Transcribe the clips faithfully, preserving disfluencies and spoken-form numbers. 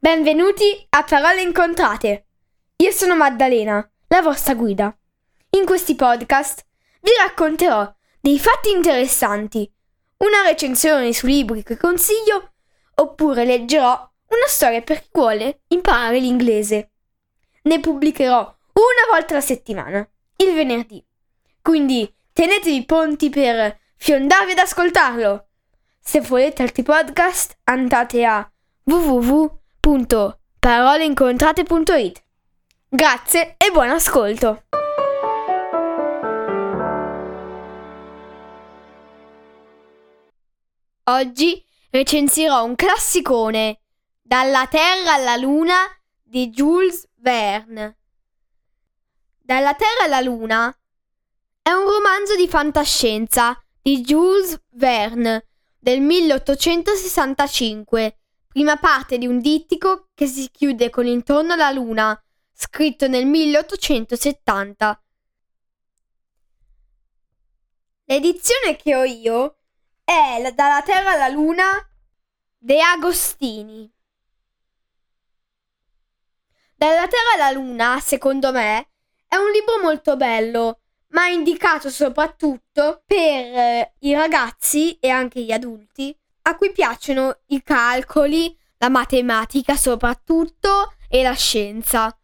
Benvenuti a Parole Incontrate. Io sono Maddalena, la vostra guida. In questi podcast vi racconterò dei fatti interessanti, una recensione su libri che consiglio, oppure leggerò una storia per chi vuole imparare l'inglese. Ne pubblicherò una volta alla settimana, il venerdì. Quindi tenetevi pronti per fiondarvi ad ascoltarlo. Se volete altri podcast, andate a w w w punto parole incontrate punto i t. Grazie e buon ascolto! Oggi recensirò un classicone, Dalla Terra alla Luna di Jules Verne. Dalla Terra alla Luna è un romanzo di fantascienza di Jules Verne del milleottocentosessantacinque, prima parte di un dittico che si chiude con Intorno alla Luna, scritto nel milleottocentosettanta. L'edizione che ho io è la Dalla Terra alla Luna De Agostini. Dalla Terra alla Luna, secondo me, è un libro molto bello, ma indicato soprattutto per eh, i ragazzi e anche gli adulti a cui piacciono i calcoli, la matematica soprattutto e la scienza.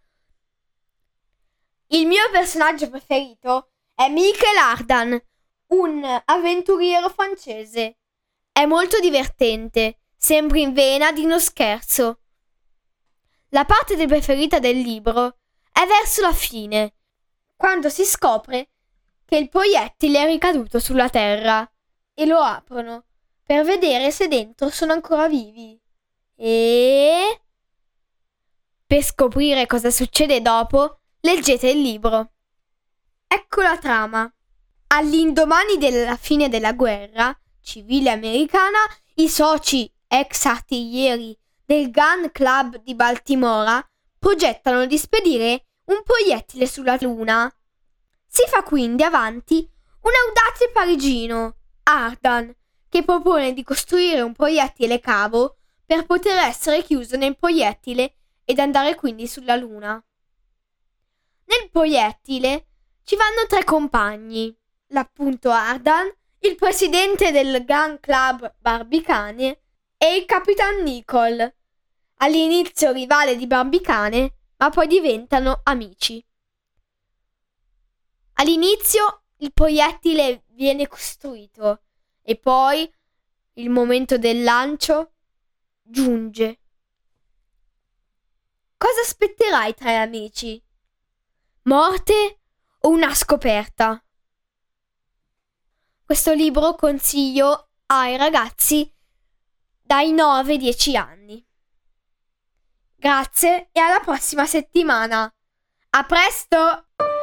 Il mio personaggio preferito è Michel Ardan, un avventuriero francese. È molto divertente, sempre in vena di uno scherzo. La parte preferita del libro è verso la fine, quando si scopre che il proiettile è ricaduto sulla terra e lo aprono per vedere se dentro sono ancora vivi. E per scoprire cosa succede dopo, leggete il libro. Ecco la trama. All'indomani della fine della guerra civile americana, i soci ex artiglieri del Gun Club di Baltimora progettano di spedire un proiettile sulla Luna. Si fa quindi avanti un audace parigino, Ardan, che propone di costruire un proiettile cavo per poter essere chiuso nel proiettile ed andare quindi sulla Luna. Nel proiettile ci vanno tre compagni, l'appunto Ardan, il presidente del Gun Club Barbicane e il Capitan Nicholl, all'inizio rivale di Barbicane, ma poi diventano amici. All'inizio il proiettile viene costruito e poi il momento del lancio giunge. Cosa aspetterà ai tre amici? Morte o una scoperta? Questo libro consiglio ai ragazzi dai nove ai dieci anni. Grazie e alla prossima settimana. A presto!